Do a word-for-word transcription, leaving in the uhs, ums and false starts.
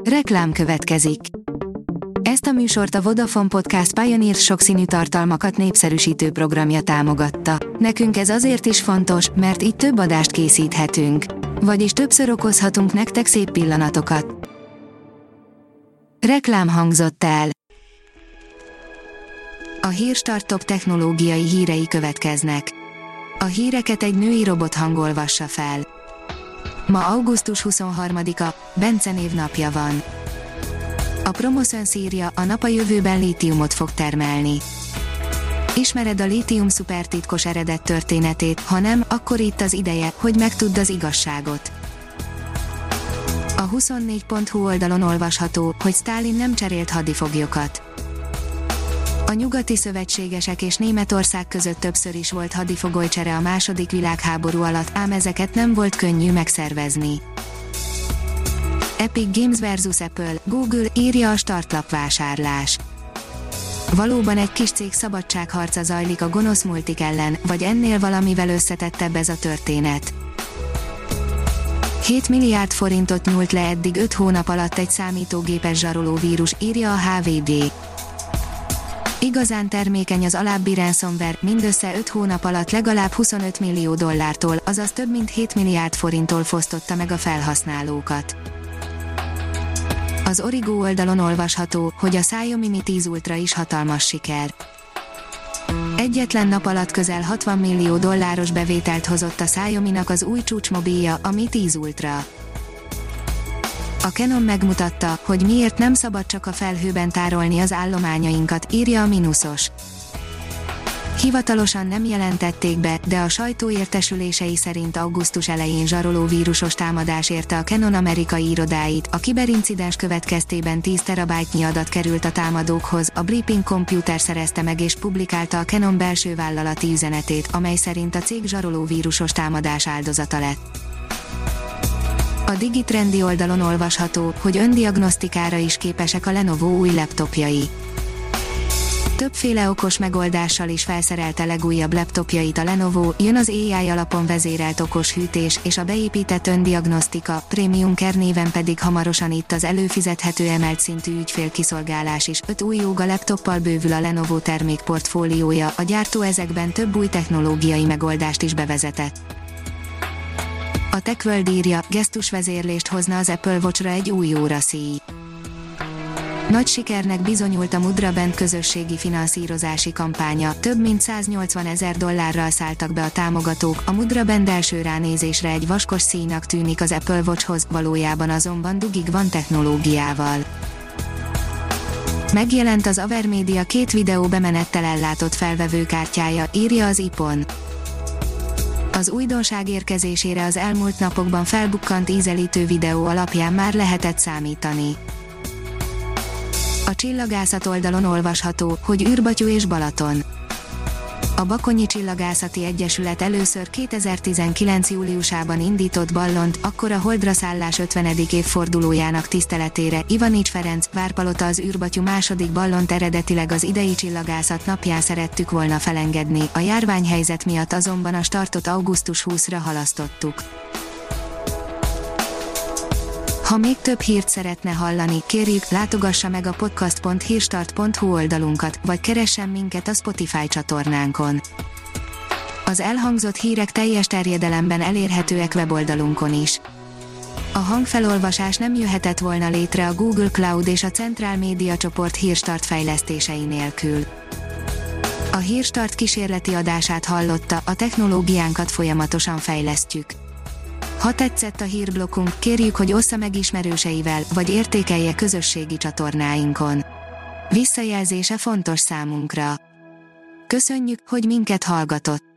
Reklám következik. Ezt a műsort a Vodafone Podcast Pioneer sokszínű tartalmakat népszerűsítő programja támogatta. Nekünk ez azért is fontos, mert így több adást készíthetünk. Vagyis többször okozhatunk nektek szép pillanatokat. Reklám hangzott el. A Hírstart top technológiai hírei következnek. A híreket egy női robot hangolvassa fel. Ma augusztus huszonharmadika, Bence névnapja van. A Promoszöns írja, a nap a jövőben lítiumot fog termelni. Ismered a lítium szupertitkos eredet történetét, ha nem, akkor itt az ideje, hogy megtudd az igazságot. A huszonnégy pont hu oldalon olvasható, hogy Sztálin nem cserélt hadifoglyokat. A nyugati szövetségesek és Németország között többször is volt hadifogolycsere a második világháború alatt, ám ezeket nem volt könnyű megszervezni. Epic Games versus Apple, Google, írja a startlap vásárlás. Valóban egy kis cég szabadságharca zajlik a gonosz multik ellen, vagy ennél valamivel összetettebb ez a történet. hét milliárd forintot nyúlt le eddig öt hónap alatt egy számítógépes zsarolóvírus, írja a há vé gé. Igazán termékeny az alábbi ransomware, mindössze öt hónap alatt legalább huszonöt millió dollártól, azaz több mint hét milliárd forinttól fosztotta meg a felhasználókat. Az Origo oldalon olvasható, hogy a Xiaomi Mi tíz Ultra is hatalmas siker. Egyetlen nap alatt közel hatvan millió dolláros bevételt hozott a Xiaominak az új csúcsmobilja, a Mi tíz Ultra. A Canon megmutatta, hogy miért nem szabad csak a felhőben tárolni az állományainkat, írja a Minusos. Hivatalosan nem jelentették be, de a sajtó értesülései szerint augusztus elején zsarolóvírusos támadás érte a Canon amerikai irodáit, a kiberincidens következtében tíz terabájtnyi adat került a támadókhoz, a Bleeping Computer szerezte meg és publikálta a Canon belső vállalati üzenetét, amely szerint a cég zsarolóvírusos támadás áldozata lett. A Digitrendi oldalon olvasható, hogy öndiagnosztikára is képesek a Lenovo új laptopjai. Többféle okos megoldással is felszerelte legújabb laptopjait a Lenovo, jön az á i alapon vezérelt okos hűtés, és a beépített öndiagnosztika, Premium Care néven pedig hamarosan itt az előfizethető emelt szintű ügyfélkiszolgálás is. Öt új Yoga laptoppal bővül a Lenovo termékportfóliója, a gyártó ezekben több új technológiai megoldást is bevezetett. A TechWorld írja, gesztusvezérlést hozna az Apple Watchra egy új Aura szíj. Nagy sikernek bizonyult a Mudra Band közösségi finanszírozási kampánya, több mint száznyolcvan ezer dollárral szálltak be a támogatók, a Mudra Band első ránézésre egy vaskos szíjnak tűnik az Apple Watchhoz, valójában azonban dugig van technológiával. Megjelent az Avermedia két videó bemenettel ellátott felvevőkártyája, írja az i pon. Az újdonság érkezésére az elmúlt napokban felbukkant ízelítő videó alapján már lehetett számítani. A csillagászat oldalon olvasható, hogy űrbatyú és Balaton. A Bakonyi Csillagászati Egyesület először kétezer-tizenkilenc júliusában indított ballont, akkor a Holdra szállás ötvenedik évfordulójának tiszteletére. Ivanics Ferenc, Várpalota az űrbatyú második ballont eredetileg az idei csillagászat napján szerettük volna felengedni, a járványhelyzet miatt azonban a startot augusztus huszadikára halasztottuk. Ha még több hírt szeretne hallani, kérjük, látogassa meg a podcast pont hírstart pont hu oldalunkat, vagy keressen minket a Spotify csatornánkon. Az elhangzott hírek teljes terjedelemben elérhetőek weboldalunkon is. A hangfelolvasás nem jöhetett volna létre a Google Cloud és a Centrál Média csoport Hírstart fejlesztései nélkül. A Hírstart kísérleti adását hallotta, a technológiánkat folyamatosan fejlesztjük. Ha tetszett a hírblokkunk, kérjük, hogy ossza meg ismerőseivel, vagy értékelje közösségi csatornáinkon. Visszajelzése fontos számunkra. Köszönjük, hogy minket hallgatott!